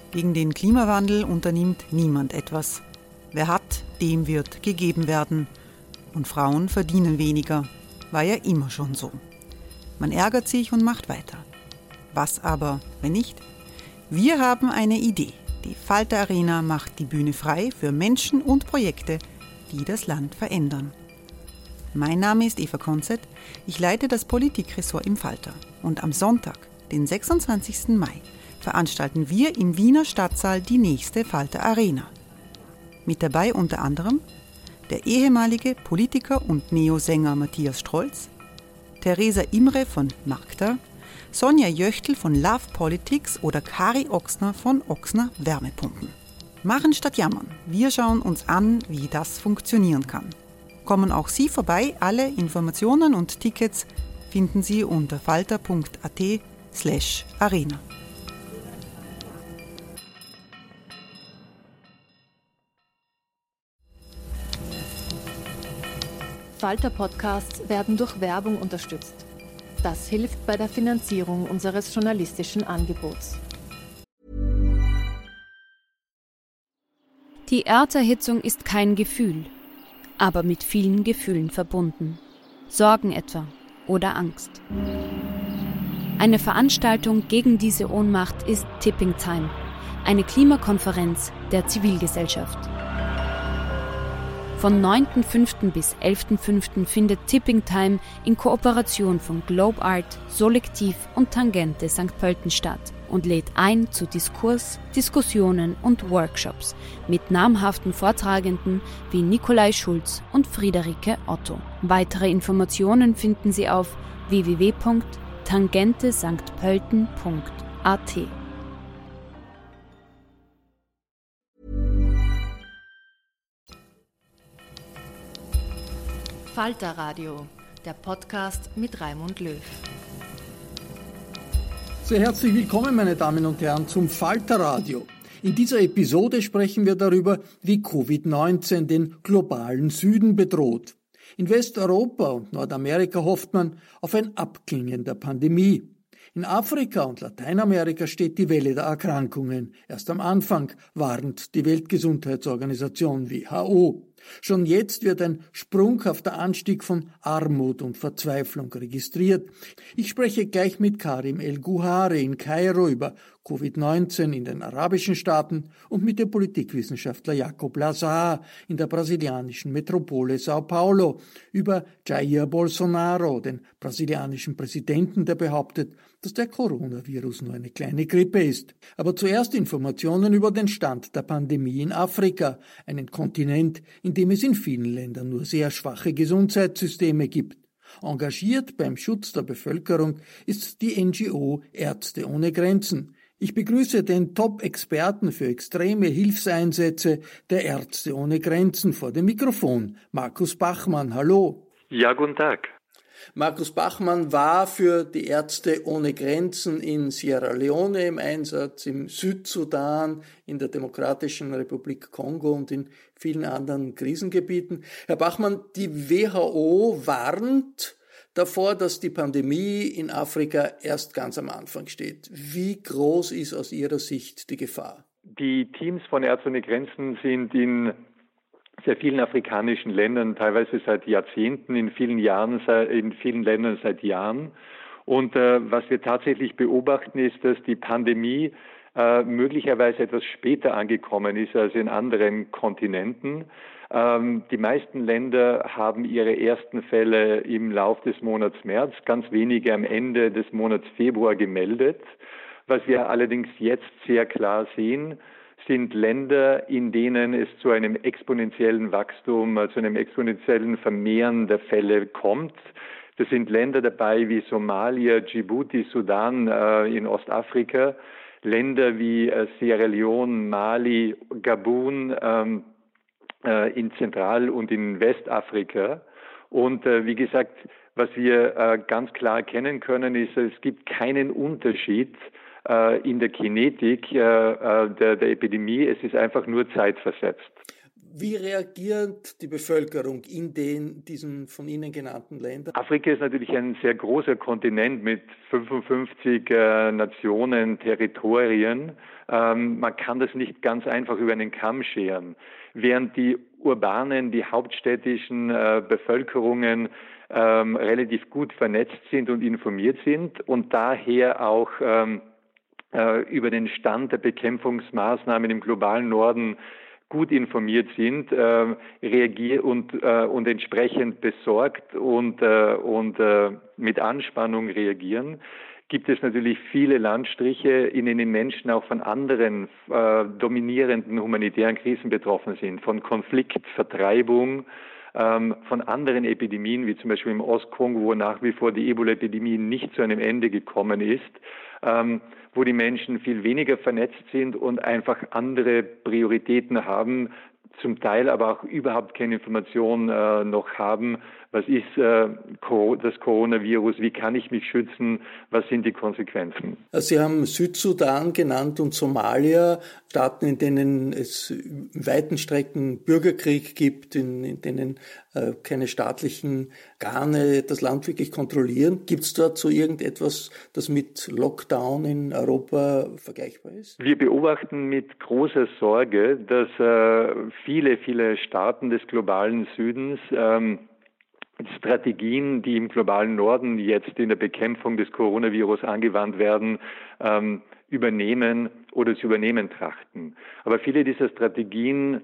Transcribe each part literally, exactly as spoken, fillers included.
Gegen den Klimawandel unternimmt niemand etwas. Wer hat, dem wird gegeben werden. Und Frauen verdienen weniger. War ja immer schon so. Man ärgert sich und macht weiter. Was aber, wenn nicht? Wir haben eine Idee. Die Falter Arena macht die Bühne frei für Menschen und Projekte, die das Land verändern. Mein Name ist Eva Konzett. Ich leite das Politikressort im Falter. Und am Sonntag, den sechsundzwanzigsten Mai, veranstalten wir im Wiener Stadtsaal die nächste Falter Arena. Mit dabei unter anderem der ehemalige Politiker und Neosänger Matthias Strolz, Theresa Imre von Markter, Sonja Jöchtl von Love Politics oder Kari Ochsner von Ochsner Wärmepumpen. Machen statt jammern. Wir schauen uns an, wie das funktionieren kann. Kommen auch Sie vorbei. Alle Informationen und Tickets finden Sie unter falter.at slash arena. Falter-Podcasts werden durch Werbung unterstützt. Das hilft bei der Finanzierung unseres journalistischen Angebots. Die Erderhitzung ist kein Gefühl, aber mit vielen Gefühlen verbunden. Sorgen etwa oder Angst. Eine Veranstaltung gegen diese Ohnmacht ist Tipping Time, eine Klimakonferenz der Zivilgesellschaft. Von neunten fünften bis elften fünften findet Tipping Time in Kooperation von Globe Art, Solektiv und Tangente Sankt Pölten statt und lädt ein zu Diskurs, Diskussionen und Workshops mit namhaften Vortragenden wie Nikolai Schulz und Friederike Otto. Weitere Informationen finden Sie auf w w w punkt tangente sankt pölten punkt a t. Falter Radio, der Podcast mit Raimund Löw. Sehr herzlich willkommen, meine Damen und Herren, zum Falter Radio. In dieser Episode sprechen wir darüber, wie Covid neunzehn den globalen Süden bedroht. In Westeuropa und Nordamerika hofft man auf ein Abklingen der Pandemie. In Afrika und Lateinamerika steht die Welle der Erkrankungen. Erst am Anfang, warnt die Weltgesundheitsorganisation W H O. Schon jetzt wird ein sprunghafter Anstieg von Armut und Verzweiflung registriert. Ich spreche gleich mit Karim El-Guhari in Kairo über Covid neunzehn in den arabischen Staaten und mit dem Politikwissenschaftler Jacob Lazar in der brasilianischen Metropole São Paulo über Jair Bolsonaro, den brasilianischen Präsidenten, der behauptet, dass der Coronavirus nur eine kleine Grippe ist. Aber zuerst Informationen über den Stand der Pandemie in Afrika, einen Kontinent, in dem es in vielen Ländern nur sehr schwache Gesundheitssysteme gibt. Engagiert beim Schutz der Bevölkerung ist die N G O Ärzte ohne Grenzen. Ich begrüße den Top-Experten für extreme Hilfseinsätze der Ärzte ohne Grenzen vor dem Mikrofon, Markus Bachmann. Hallo. Ja, guten Tag. Markus Bachmann war für die Ärzte ohne Grenzen in Sierra Leone im Einsatz, im Südsudan, in der Demokratischen Republik Kongo und in vielen anderen Krisengebieten. Herr Bachmann, die W H O warnt davor, dass die Pandemie in Afrika erst ganz am Anfang steht. Wie groß ist aus Ihrer Sicht die Gefahr? Die Teams von Ärzte ohne Grenzen sind in sehr vielen afrikanischen Ländern, teilweise seit Jahrzehnten, in vielen Jahren, in vielen Ländern seit Jahren. Und äh, was wir tatsächlich beobachten, ist, dass die Pandemie äh, möglicherweise etwas später angekommen ist als in anderen Kontinenten. Ähm, die meisten Länder haben ihre ersten Fälle im Lauf des Monats März, ganz wenige am Ende des Monats Februar gemeldet. Was wir allerdings jetzt sehr klar sehen, sind Länder, in denen es zu einem exponentiellen Wachstum, zu einem exponentiellen Vermehren der Fälle kommt. Das sind Länder dabei wie Somalia, Djibouti, Sudan äh, in Ostafrika, Länder wie äh, Sierra Leone, Mali, Gabun ähm, äh, in Zentral- und in Westafrika. Und äh, wie gesagt, was wir äh, ganz klar erkennen können, ist, es gibt keinen Unterschied in der Kinetik der, der Epidemie. Es ist einfach nur zeitversetzt. Wie reagiert die Bevölkerung in den, diesen von Ihnen genannten Ländern? Afrika ist natürlich ein sehr großer Kontinent mit fünfundfünfzig äh, Nationen, Territorien. Ähm, man kann das nicht ganz einfach über einen Kamm scheren. Während die urbanen, die hauptstädtischen äh, Bevölkerungen ähm, relativ gut vernetzt sind und informiert sind und daher auch ähm, äh, über den Stand der Bekämpfungsmaßnahmen im globalen Norden gut informiert sind, äh, reagieren und, äh, und entsprechend besorgt und, äh, und äh, mit Anspannung reagieren, gibt es natürlich viele Landstriche, in denen Menschen auch von anderen äh, dominierenden humanitären Krisen betroffen sind, von Konflikt, Vertreibung, ähm, von anderen Epidemien, wie zum Beispiel im Ostkongo, wo nach wie vor die Ebola-Epidemie nicht zu einem Ende gekommen ist, ähm, wo die Menschen viel weniger vernetzt sind und einfach andere Prioritäten haben, zum Teil aber auch überhaupt keine Information äh, noch haben, was ist äh, das Coronavirus, wie kann ich mich schützen, was sind die Konsequenzen. Sie haben Südsudan genannt und Somalia, Staaten, in denen es in weiten Strecken Bürgerkrieg gibt, in, in denen äh, keine staatlichen Organe das Land wirklich kontrollieren. Gibt es dort so irgendetwas, das mit Lockdown in Europa vergleichbar ist? Wir beobachten mit großer Sorge, dass äh, viele, viele Staaten des globalen Südens ähm, Strategien, die im globalen Norden jetzt in der Bekämpfung des Coronavirus angewandt werden, ähm, übernehmen oder zu übernehmen trachten. Aber viele dieser Strategien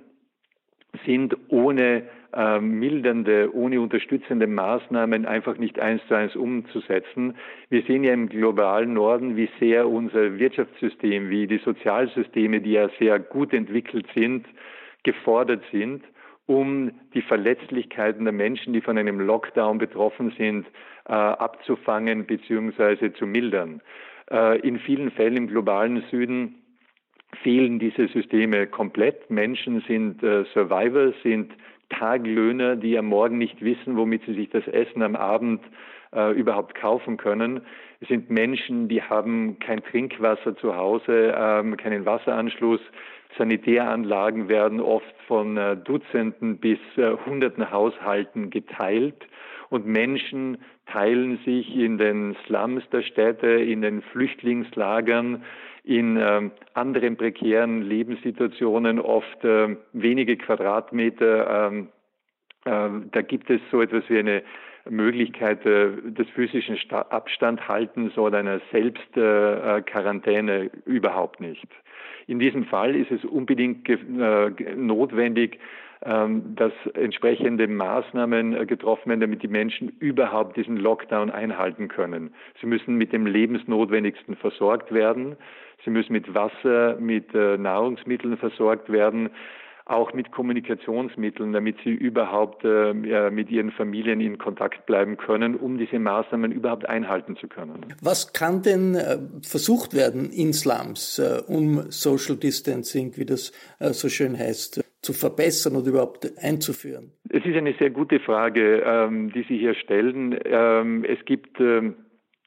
sind ohne äh, mildernde, ohne unterstützende Maßnahmen einfach nicht eins zu eins umzusetzen. Wir sehen ja im globalen Norden, wie sehr unser Wirtschaftssystem, wie die Sozialsysteme, die ja sehr gut entwickelt sind, gefordert sind, um die Verletzlichkeiten der Menschen, die von einem Lockdown betroffen sind, äh, abzufangen bzw. zu mildern. Äh, in vielen Fällen im globalen Süden fehlen diese Systeme komplett. Menschen sind äh, Survivors, sind Taglöhner, die am Morgen nicht wissen, womit sie sich das Essen am Abend äh, überhaupt kaufen können. Es sind Menschen, die haben kein Trinkwasser zu Hause, ähm, keinen Wasseranschluss. Sanitäranlagen werden oft von äh, Dutzenden bis äh, Hunderten Haushalten geteilt und Menschen teilen sich in den Slums der Städte, in den Flüchtlingslagern, in äh, anderen prekären Lebenssituationen, oft äh, wenige Quadratmeter. Äh, äh, da gibt es so etwas wie eine Möglichkeit äh, des physischen Sta- Abstandhaltens oder einer Selbstquarantäne äh, überhaupt nicht. In diesem Fall ist es unbedingt ge- äh, notwendig, ähm, dass entsprechende Maßnahmen äh, getroffen werden, damit die Menschen überhaupt diesen Lockdown einhalten können. Sie müssen mit dem Lebensnotwendigsten versorgt werden. Sie müssen mit Wasser, mit äh, Nahrungsmitteln versorgt werden, auch mit Kommunikationsmitteln, damit sie überhaupt äh, mit ihren Familien in Kontakt bleiben können, um diese Maßnahmen überhaupt einhalten zu können. Was kann denn äh, versucht werden in Slums, äh, um Social Distancing, wie das äh, so schön heißt, zu verbessern oder überhaupt einzuführen? Es ist eine sehr gute Frage, ähm, die Sie hier stellen. Ähm, es gibt ähm,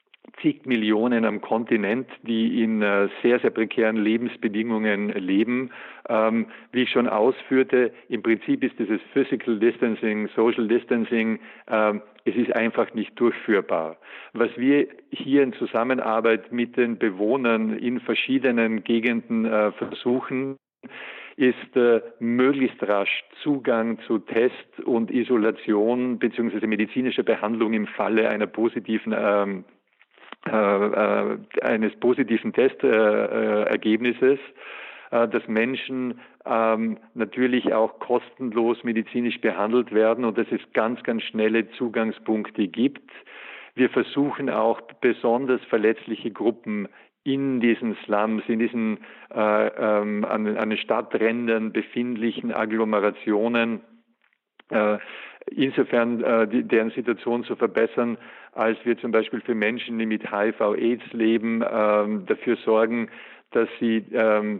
zig Millionen am Kontinent, die in äh, sehr, sehr prekären Lebensbedingungen leben. Ähm, wie ich schon ausführte, im Prinzip ist dieses Physical Distancing, Social Distancing, ähm, es ist einfach nicht durchführbar. Was wir hier in Zusammenarbeit mit den Bewohnern in verschiedenen Gegenden äh, versuchen, ist äh, möglichst rasch Zugang zu Test und Isolation bzw. medizinischer Behandlung im Falle einer positiven ähm, Äh, äh, eines positiven Testergebnisses, äh, äh, dass Menschen ähm, natürlich auch kostenlos medizinisch behandelt werden und dass es ganz, ganz schnelle Zugangspunkte gibt. Wir versuchen auch besonders verletzliche Gruppen in diesen Slums, in diesen äh, ähm, an, an den Stadträndern befindlichen Agglomerationen äh, insofern äh, die, deren Situation zu verbessern, als wir zum Beispiel für Menschen, die mit H I V Aids leben, ähm, dafür sorgen, dass sie ähm,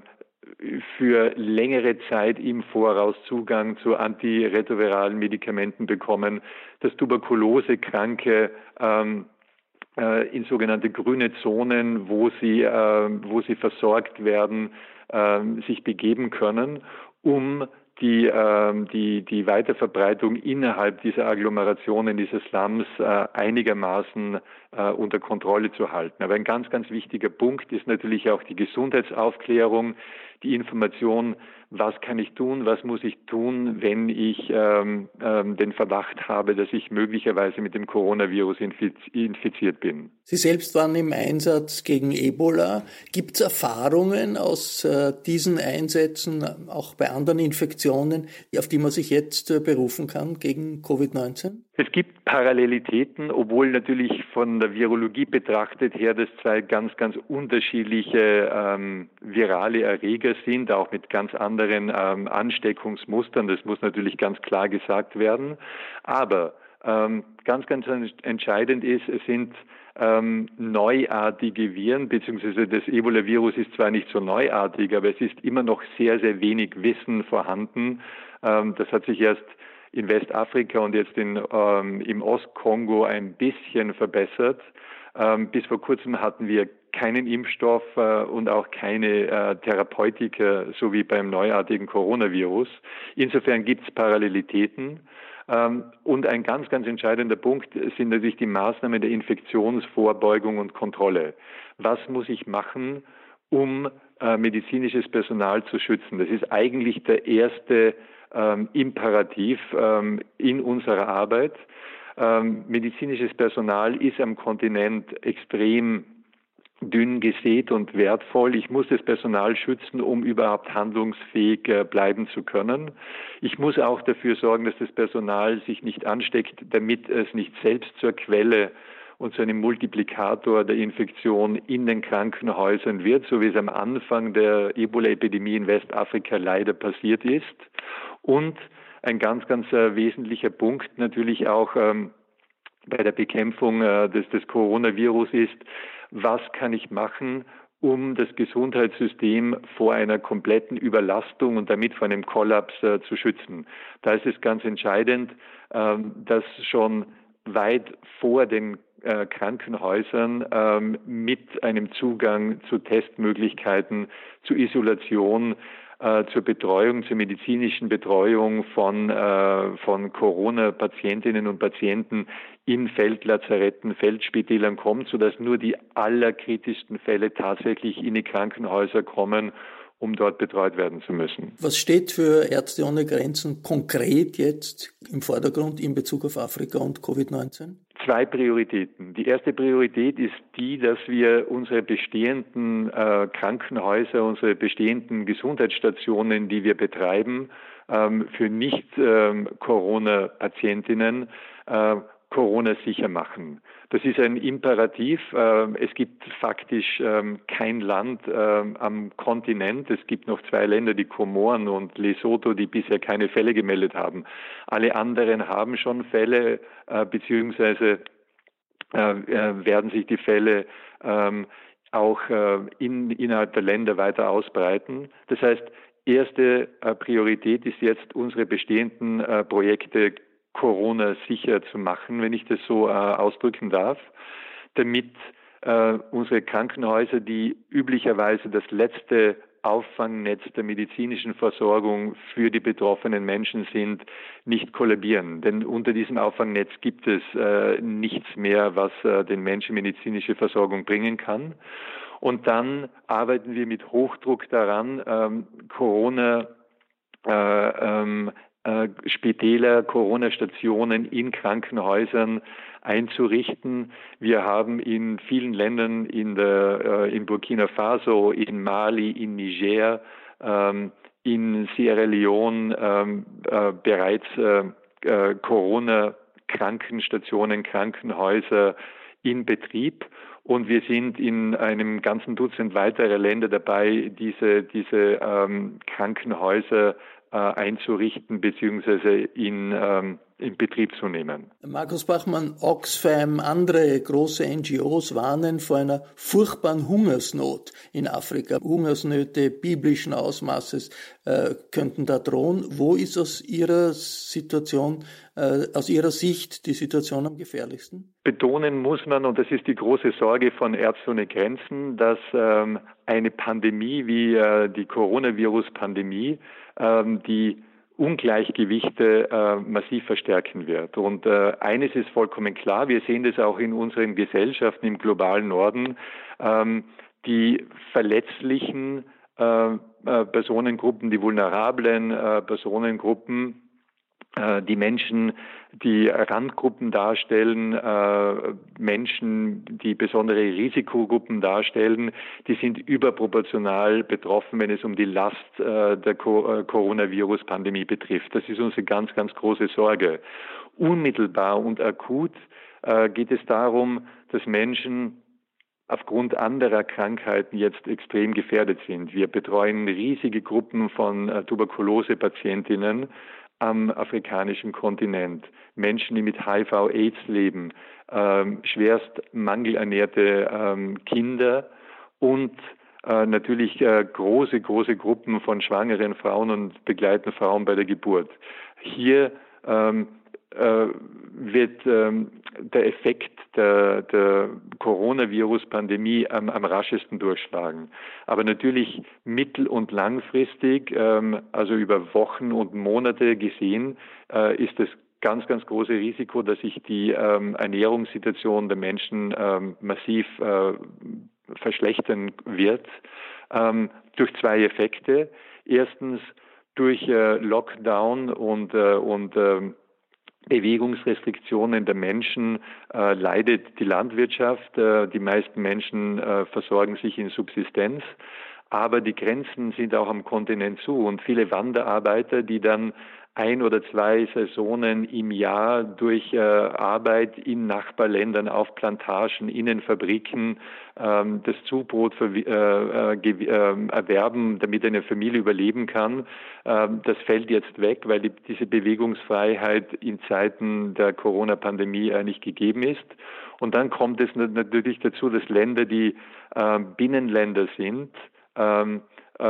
für längere Zeit im Voraus Zugang zu antiretroviralen Medikamenten bekommen, dass Tuberkulosekranke ähm, äh, in sogenannte grüne Zonen, wo sie, äh, wo sie versorgt werden, äh, sich begeben können, um die, ähm, die, die Weiterverbreitung innerhalb dieser Agglomerationen, dieser Slums äh, einigermaßen äh, unter Kontrolle zu halten. Aber ein ganz, ganz wichtiger Punkt ist natürlich auch die Gesundheitsaufklärung, die Information, was kann ich tun, was muss ich tun, wenn ich ähm, ähm, den Verdacht habe, dass ich möglicherweise mit dem Coronavirus infiz- infiziert bin. Sie selbst waren im Einsatz gegen Ebola. Gibt es Erfahrungen aus äh, diesen Einsätzen, auch bei anderen Infektionen, auf die man sich jetzt äh, berufen kann gegen Covid neunzehn? Es gibt Parallelitäten, obwohl natürlich von der Virologie betrachtet her das zwei ganz, ganz unterschiedliche ähm, virale Erreger sind, auch mit ganz anderen ähm, Ansteckungsmustern. Das muss natürlich ganz klar gesagt werden. Aber ähm, ganz, ganz entscheidend ist, es sind ähm, neuartige Viren, beziehungsweise das Ebola-Virus ist zwar nicht so neuartig, aber es ist immer noch sehr, sehr wenig Wissen vorhanden. Ähm, das hat sich erst in Westafrika und jetzt in, ähm, im Ostkongo ein bisschen verbessert. Ähm, bis vor kurzem hatten wir keinen Impfstoff äh, und auch keine äh, Therapeutika, so wie beim neuartigen Coronavirus. Insofern gibt es Parallelitäten. Ähm, und ein ganz, ganz entscheidender Punkt sind natürlich die Maßnahmen der Infektionsvorbeugung und Kontrolle. Was muss ich machen, um äh, medizinisches Personal zu schützen? Das ist eigentlich der erste Ähm, imperativ ähm, in unserer Arbeit. Ähm, medizinisches Personal ist am Kontinent extrem dünn gesät und wertvoll. Ich muss das Personal schützen, um überhaupt handlungsfähig äh, bleiben zu können. Ich muss auch dafür sorgen, dass das Personal sich nicht ansteckt, damit es nicht selbst zur Quelle und zu einem Multiplikator der Infektion in den Krankenhäusern wird, so wie es am Anfang der Ebola-Epidemie in Westafrika leider passiert ist. Und ein ganz, ganz äh, wesentlicher Punkt natürlich auch ähm, bei der Bekämpfung äh, des, des Coronavirus ist, was kann ich machen, um das Gesundheitssystem vor einer kompletten Überlastung und damit vor einem Kollaps äh, zu schützen. Da ist es ganz entscheidend, äh, dass schon weit vor den äh, Krankenhäusern ähm, mit einem Zugang zu Testmöglichkeiten, zu Isolation, äh, zur Betreuung, zur medizinischen Betreuung von, äh, von Corona-Patientinnen und Patienten in Feldlazaretten, Feldspitälern kommt, sodass nur die allerkritischsten Fälle tatsächlich in die Krankenhäuser kommen, um dort betreut werden zu müssen. Was steht für Ärzte ohne Grenzen konkret jetzt im Vordergrund in Bezug auf Afrika und Covid neunzehn? Zwei Prioritäten. Die erste Priorität ist die, dass wir unsere bestehenden äh, Krankenhäuser, unsere bestehenden Gesundheitsstationen, die wir betreiben, ähm, für Nicht-Corona-Patientinnen äh, Corona-sicher machen. Das ist ein Imperativ. Es gibt faktisch kein Land am Kontinent. Es gibt noch zwei Länder, die Komoren und Lesotho, die bisher keine Fälle gemeldet haben. Alle anderen haben schon Fälle, beziehungsweise werden sich die Fälle auch in, innerhalb der Länder weiter ausbreiten. Das heißt, erste Priorität ist jetzt, unsere bestehenden Projekte Corona sicher zu machen, wenn ich das so äh, ausdrücken darf, damit äh, unsere Krankenhäuser, die üblicherweise das letzte Auffangnetz der medizinischen Versorgung für die betroffenen Menschen sind, nicht kollabieren. Denn unter diesem Auffangnetz gibt es äh, nichts mehr, was äh, den Menschen medizinische Versorgung bringen kann. Und dann arbeiten wir mit Hochdruck daran, ähm, Corona äh, ähm, Spitäler, Corona-Stationen in Krankenhäusern einzurichten. Wir haben in vielen Ländern, in, der, in Burkina Faso, in Mali, in Niger, in Sierra Leone bereits Corona-Krankenstationen, Krankenhäuser in Betrieb. Und wir sind in einem ganzen Dutzend weiterer Länder dabei, diese, diese ähm, Krankenhäuser äh, einzurichten bzw. in, ähm, in Betrieb zu nehmen. Markus Bachmann, Oxfam, andere große N G Os warnen vor einer furchtbaren Hungersnot in Afrika. Hungersnöte biblischen Ausmaßes äh, könnten da drohen. Wo ist aus Ihrer Situation, äh, aus Ihrer Sicht die Situation am gefährlichsten? Betonen muss man, und das ist die große Sorge von Ärzte ohne Grenzen, dass ähm, eine Pandemie wie äh, die Coronavirus-Pandemie, ähm, die Ungleichgewichte äh, massiv verstärken wird. Und äh, eines ist vollkommen klar, wir sehen das auch in unseren Gesellschaften im globalen Norden, ähm, die verletzlichen äh, äh, Personengruppen, die vulnerablen äh, Personengruppen, äh, die Menschen, die Randgruppen darstellen, äh, Menschen, die besondere Risikogruppen darstellen, die sind überproportional betroffen, wenn es um die Last äh, der Co- äh, Coronavirus-Pandemie betrifft. Das ist unsere ganz, ganz große Sorge. Unmittelbar und akut äh, geht es darum, dass Menschen aufgrund anderer Krankheiten jetzt extrem gefährdet sind. Wir betreuen riesige Gruppen von äh, Tuberkulose-Patientinnen am afrikanischen Kontinent. Menschen, die mit H I V Aids leben, ähm, schwerst mangelernährte ähm, Kinder und äh, natürlich äh, große, große Gruppen von schwangeren Frauen und begleitenden Frauen bei der Geburt. Hier ähm, äh, wird ähm, der Effekt der, der Coronavirus-Pandemie am, am raschesten durchschlagen. Aber natürlich mittel- und langfristig, ähm, also über Wochen und Monate gesehen, äh, ist das ganz, ganz große Risiko, dass sich die ähm, Ernährungssituation der Menschen ähm, massiv äh, verschlechtern wird, ähm, durch zwei Effekte. Erstens durch äh, Lockdown und, äh, und äh, Bewegungsrestriktionen der Menschen äh, leidet die Landwirtschaft. Äh, die meisten Menschen äh, versorgen sich in Subsistenz. Aber die Grenzen sind auch am Kontinent zu. Und viele Wanderarbeiter, die dann ein oder zwei Saisonen im Jahr durch äh, Arbeit in Nachbarländern auf Plantagen, in den Fabriken ähm, das Zubrot für, äh, äh, äh, erwerben, damit eine Familie überleben kann. Ähm, das fällt jetzt weg, weil die, diese Bewegungsfreiheit in Zeiten der Corona-Pandemie äh, nicht gegeben ist. Und dann kommt es natürlich dazu, dass Länder, die äh, Binnenländer sind, ähm,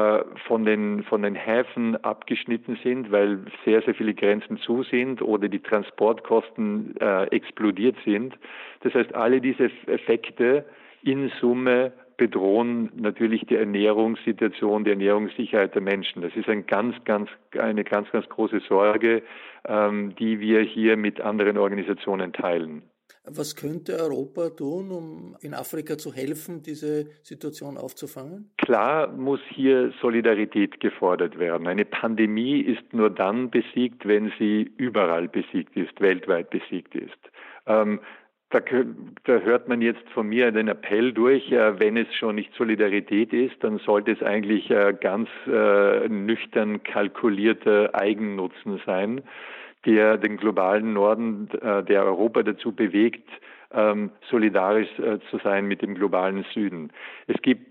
von den, von den Häfen abgeschnitten sind, weil sehr, sehr viele Grenzen zu sind oder die Transportkosten äh, explodiert sind. Das heißt, alle diese Effekte in Summe bedrohen natürlich die Ernährungssituation, die Ernährungssicherheit der Menschen. Das ist ein ganz, ganz, eine ganz, ganz große Sorge, ähm, die wir hier mit anderen Organisationen teilen. Was könnte Europa tun, um in Afrika zu helfen, diese Situation aufzufangen? Klar muss hier Solidarität gefordert werden. Eine Pandemie ist nur dann besiegt, wenn sie überall besiegt ist, weltweit besiegt ist. Ähm, da, da hört man jetzt von mir den Appell durch, äh, wenn es schon nicht Solidarität ist, dann sollte es eigentlich äh, ganz äh, nüchtern kalkulierter Eigennutzen sein, der den globalen Norden, äh, der Europa dazu bewegt, ähm, solidarisch äh, zu sein mit dem globalen Süden. Es gibt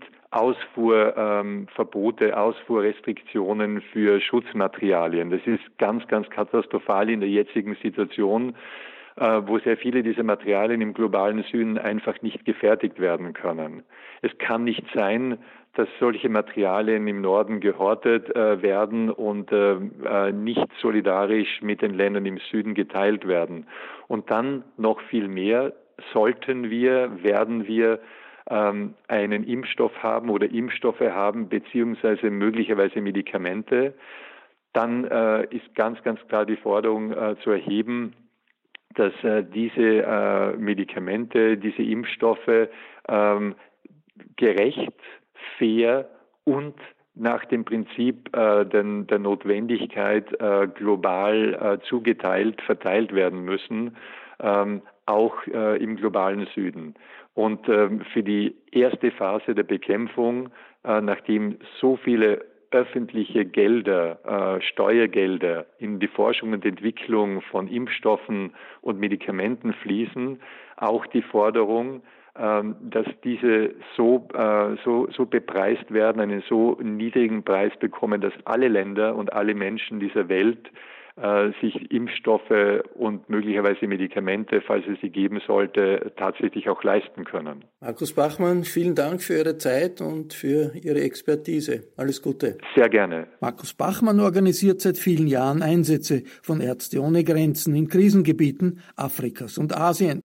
Ausfuhrverbote, ähm, Ausfuhrrestriktionen für Schutzmaterialien. Das ist ganz, ganz katastrophal in der jetzigen Situation, äh, wo sehr viele dieser Materialien im globalen Süden einfach nicht gefertigt werden können. Es kann nicht sein, dass solche Materialien im Norden gehortet äh, werden und äh, äh, nicht solidarisch mit den Ländern im Süden geteilt werden. Und dann noch viel mehr sollten wir, werden wir ähm, einen Impfstoff haben oder Impfstoffe haben, beziehungsweise möglicherweise Medikamente. Dann äh, ist ganz, ganz klar die Forderung äh, zu erheben, dass äh, diese äh, Medikamente, diese Impfstoffe ähm, gerecht, fair und nach dem Prinzip äh, den, der Notwendigkeit äh, global äh, zugeteilt, verteilt werden müssen, ähm, auch äh, im globalen Süden. Und ähm, für die erste Phase der Bekämpfung, äh, nachdem so viele öffentliche Gelder, äh, Steuergelder in die Forschung und Entwicklung von Impfstoffen und Medikamenten fließen, auch die Forderung, dass diese so, so, so bepreist werden, einen so niedrigen Preis bekommen, dass alle Länder und alle Menschen dieser Welt äh, sich Impfstoffe und möglicherweise Medikamente, falls es sie geben sollte, tatsächlich auch leisten können. Markus Bachmann, vielen Dank für Ihre Zeit und für Ihre Expertise. Alles Gute. Sehr gerne. Markus Bachmann organisiert seit vielen Jahren Einsätze von Ärzte ohne Grenzen in Krisengebieten Afrikas und Asien.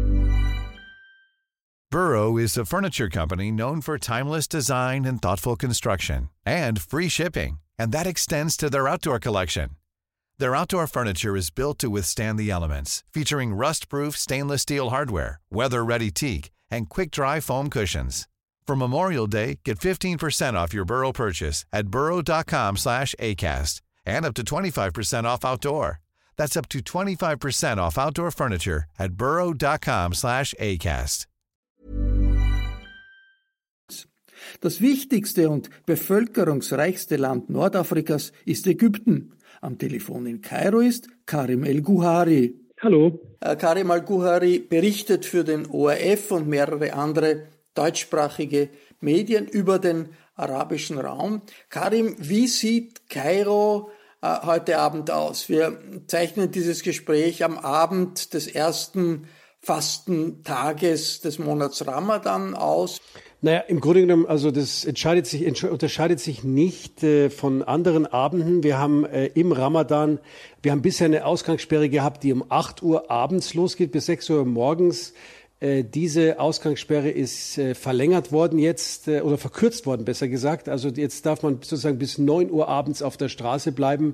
Burrow is a furniture company known for timeless design and thoughtful construction and free shipping, and that extends to their outdoor collection. Their outdoor furniture is built to withstand the elements, featuring rust-proof stainless steel hardware, weather-ready teak, and quick-dry foam cushions. For Memorial Day, get fifteen percent off your Burrow purchase at burrow.com slash ACAST and up to twenty-five percent off outdoor. That's up to twenty-five percent off outdoor furniture at burrow.com slash ACAST. Das wichtigste und bevölkerungsreichste Land Nordafrikas ist Ägypten. Am Telefon in Kairo ist Karim El-Guhari. Hallo. Äh, Karim El-Guhari berichtet für den O R F und mehrere andere deutschsprachige Medien über den arabischen Raum. Karim, wie sieht Kairo äh, heute Abend aus? Wir zeichnen dieses Gespräch am Abend des ersten Fastentages des Monats Ramadan aus. Naja, im Grunde genommen, also das entscheidet sich, unterscheidet sich nicht äh, von anderen Abenden. Wir haben äh, im Ramadan, wir haben bisher eine Ausgangssperre gehabt, die um acht Uhr abends losgeht bis sechs Uhr morgens. Äh, diese Ausgangssperre ist äh, verlängert worden jetzt, äh, oder verkürzt worden, besser gesagt. Also jetzt darf man sozusagen bis neun Uhr abends auf der Straße bleiben.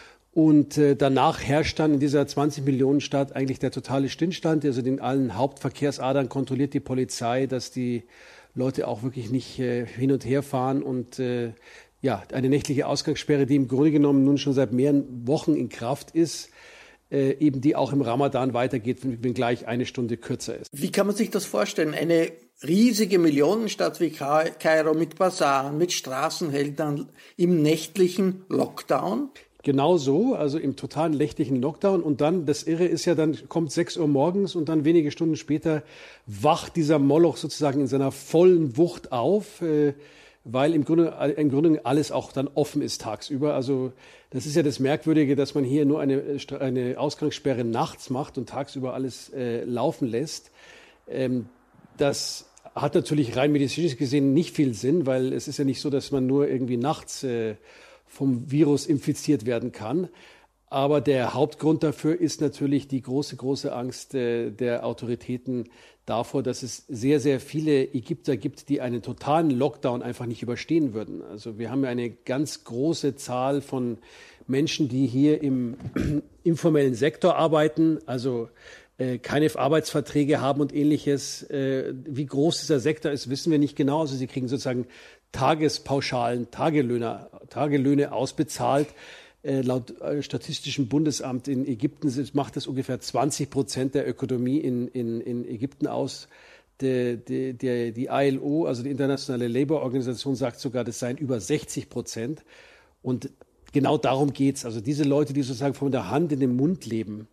Und äh, danach herrscht dann in dieser zwanzig Millionen Stadt eigentlich der totale Stillstand. Also in allen Hauptverkehrsadern kontrolliert die Polizei, dass die Leute auch wirklich nicht äh, hin und her fahren und äh, ja, eine nächtliche Ausgangssperre, die im Grunde genommen nun schon seit mehreren Wochen in Kraft ist, äh, eben die auch im Ramadan weitergeht, wenn gleich eine Stunde kürzer ist. Wie kann man sich das vorstellen? Eine riesige Millionenstadt wie Kairo mit Basaren, mit Straßenhändlern im nächtlichen Lockdown? Genau so, also im totalen nächtlichen Lockdown. Und dann, das Irre ist ja, dann kommt sechs Uhr morgens und dann wenige Stunden später wacht dieser Moloch sozusagen in seiner vollen Wucht auf, äh, weil im Grunde, im Grunde alles auch dann offen ist tagsüber. Also das ist ja das Merkwürdige, dass man hier nur eine, eine Ausgangssperre nachts macht und tagsüber alles äh, laufen lässt. Ähm, das hat natürlich rein medizinisch gesehen nicht viel Sinn, weil es ist ja nicht so, dass man nur irgendwie nachts äh, vom Virus infiziert werden kann. Aber der Hauptgrund dafür ist natürlich die große, große Angst äh, der Autoritäten davor, dass es sehr, sehr viele Ägypter gibt, die einen totalen Lockdown einfach nicht überstehen würden. Also wir haben ja eine ganz große Zahl von Menschen, die hier im informellen Sektor arbeiten, also äh, keine Arbeitsverträge haben und Ähnliches. Äh, wie groß dieser Sektor ist, wissen wir nicht genau. Also sie kriegen sozusagen Tagespauschalen, Tagelöhne, Tagelöhne ausbezahlt. Äh, laut äh, Statistischem Bundesamt in Ägypten macht das ungefähr zwanzig Prozent der Ökonomie in, in, in Ägypten aus. Die, die, die, die I L O, also die Internationale Labour Organisation, sagt sogar, das seien über sechzig Prozent. Und genau darum geht's. Also diese Leute, die sozusagen von der Hand in den Mund leben.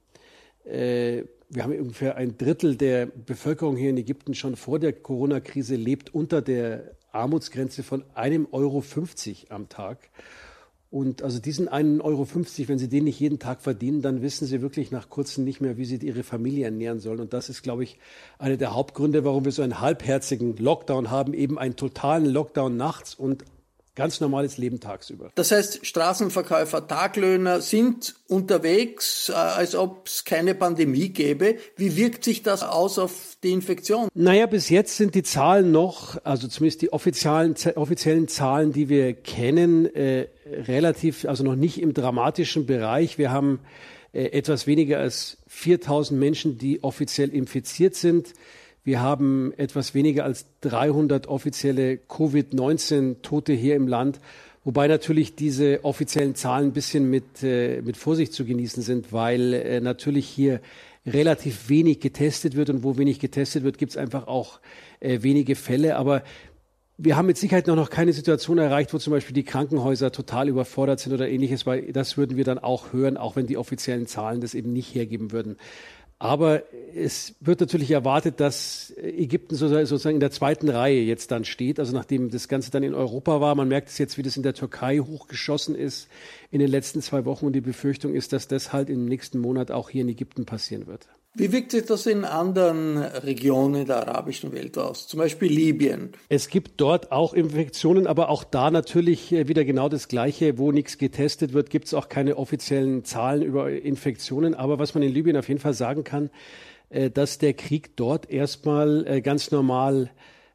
Äh, wir haben ungefähr ein Drittel der Bevölkerung hier in Ägypten schon vor der Corona-Krise lebt unter der Armutsgrenze von einem Euro fünfzig am Tag. Und also diesen einen Euro fünfzig, wenn Sie den nicht jeden Tag verdienen, dann wissen Sie wirklich nach kurzem nicht mehr, wie Sie Ihre Familie ernähren sollen. Und das ist, glaube ich, einer der Hauptgründe, warum wir so einen halbherzigen Lockdown haben, eben einen totalen Lockdown nachts und ganz normales Leben tagsüber. Das heißt, Straßenverkäufer, Taglöhner sind unterwegs, äh, als ob es keine Pandemie gäbe. Wie wirkt sich das aus auf die Infektion? Naja, bis jetzt sind die Zahlen noch, also zumindest die offiziellen, offiziellen Zahlen, die wir kennen, äh, relativ, also noch nicht im dramatischen Bereich. Wir haben äh, etwas weniger als viertausend Menschen, die offiziell infiziert sind. Wir haben etwas weniger als dreihundert offizielle Covid neunzehn Tote hier im Land, wobei natürlich diese offiziellen Zahlen ein bisschen mit, äh, mit Vorsicht zu genießen sind, weil äh, natürlich hier relativ wenig getestet wird und wo wenig getestet wird, gibt es einfach auch äh, wenige Fälle. Aber wir haben mit Sicherheit noch, noch keine Situation erreicht, wo zum Beispiel die Krankenhäuser total überfordert sind oder Ähnliches, weil das würden wir dann auch hören, auch wenn die offiziellen Zahlen das eben nicht hergeben würden. Aber es wird natürlich erwartet, dass Ägypten sozusagen in der zweiten Reihe jetzt dann steht, also nachdem das Ganze dann in Europa war. Man merkt es jetzt, wie das in der Türkei hochgeschossen ist in den letzten zwei Wochen. Und die Befürchtung ist, dass das halt im nächsten Monat auch hier in Ägypten passieren wird. Wie wirkt sich das in anderen Regionen der arabischen Welt aus, zum Beispiel Libyen? Es gibt dort auch Infektionen, aber auch da natürlich wieder genau das Gleiche. Wo nichts getestet wird, gibt es auch keine offiziellen Zahlen über Infektionen. Aber was man in Libyen auf jeden Fall sagen kann, dass der Krieg dort erstmal ganz normal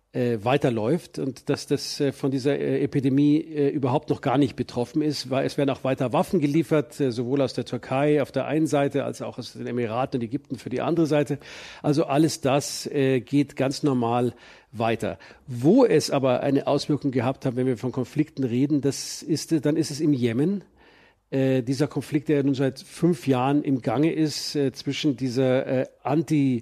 äh, weiterläuft und dass das äh, von dieser äh, Epidemie äh, überhaupt noch gar nicht betroffen ist, weil es werden auch weiter Waffen geliefert, äh, sowohl aus der Türkei auf der einen Seite als auch aus den Emiraten und Ägypten für die andere Seite. Also alles das äh, geht ganz normal weiter. Wo es aber eine Auswirkung gehabt hat, wenn wir von Konflikten reden, das ist, dann ist es im Jemen. Äh, dieser Konflikt, der nun seit fünf Jahren im Gange ist, äh, zwischen dieser äh, Anti-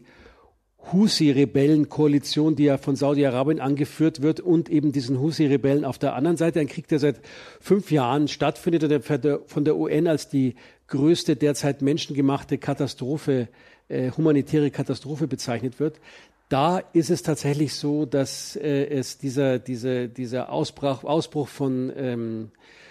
Husi-Rebellen-Koalition, die ja von Saudi-Arabien angeführt wird, und eben diesen Husi-Rebellen auf der anderen Seite. Ein Krieg, der seit fünf Jahren stattfindet und der von der U N als die größte derzeit menschengemachte Katastrophe, äh, humanitäre Katastrophe bezeichnet wird. Da ist es tatsächlich so, dass äh, es dieser, dieser, dieser Ausbruch, Ausbruch von ähm,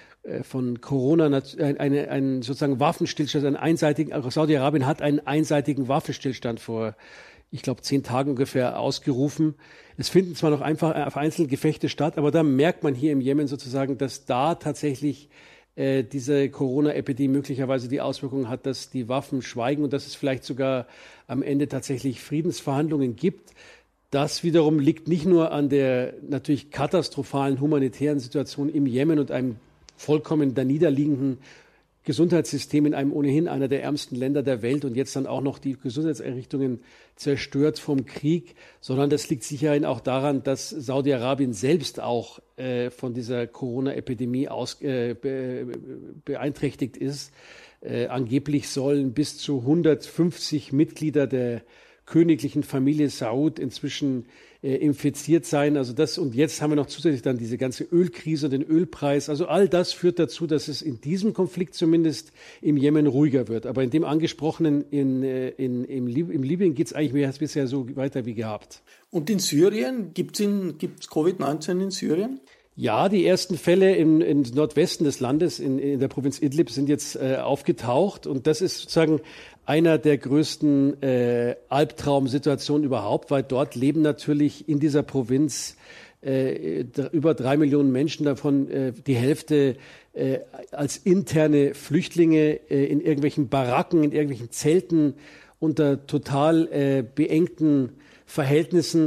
von Corona, eine, einen sozusagen Waffenstillstand, einen einseitigen, also Saudi-Arabien hat einen einseitigen Waffenstillstand vor, ich glaube, zehn Tagen ungefähr ausgerufen. Es finden zwar noch einfach vereinzelt Gefechte statt, aber da merkt man hier im Jemen sozusagen, dass da tatsächlich äh, diese Corona-Epidemie möglicherweise die Auswirkung hat, dass die Waffen schweigen und dass es vielleicht sogar am Ende tatsächlich Friedensverhandlungen gibt. Das wiederum liegt nicht nur an der natürlich katastrophalen humanitären Situation im Jemen und einem vollkommen daniederliegenden Gesundheitssystem in einem ohnehin einer der ärmsten Länder der Welt und jetzt dann auch noch die Gesundheitseinrichtungen zerstört vom Krieg, sondern das liegt sicherhin auch daran, dass Saudi-Arabien selbst auch äh, von dieser Corona-Epidemie aus, äh, be, beeinträchtigt ist. Äh, angeblich sollen bis zu hundertfünfzig Mitglieder der königlichen Familie Saud inzwischen äh, infiziert sein. Also das, und jetzt haben wir noch zusätzlich dann diese ganze Ölkrise und den Ölpreis. Also all das führt dazu, dass es in diesem Konflikt zumindest im Jemen ruhiger wird. Aber in dem angesprochenen in, in, im, Lib- im Libyen geht es eigentlich bisher so weiter wie gehabt. Und in Syrien, gibt es Covid neunzehn in Syrien? Ja, die ersten Fälle im, im Nordwesten des Landes, in, in der Provinz Idlib, sind jetzt äh, aufgetaucht. Und das ist sozusagen einer der größten äh, Albtraumsituationen überhaupt, weil dort leben natürlich in dieser Provinz äh, über drei Millionen Menschen, davon äh, die Hälfte äh, als interne Flüchtlinge äh, in irgendwelchen Baracken, in irgendwelchen Zelten unter total äh, beengten Verhältnissen.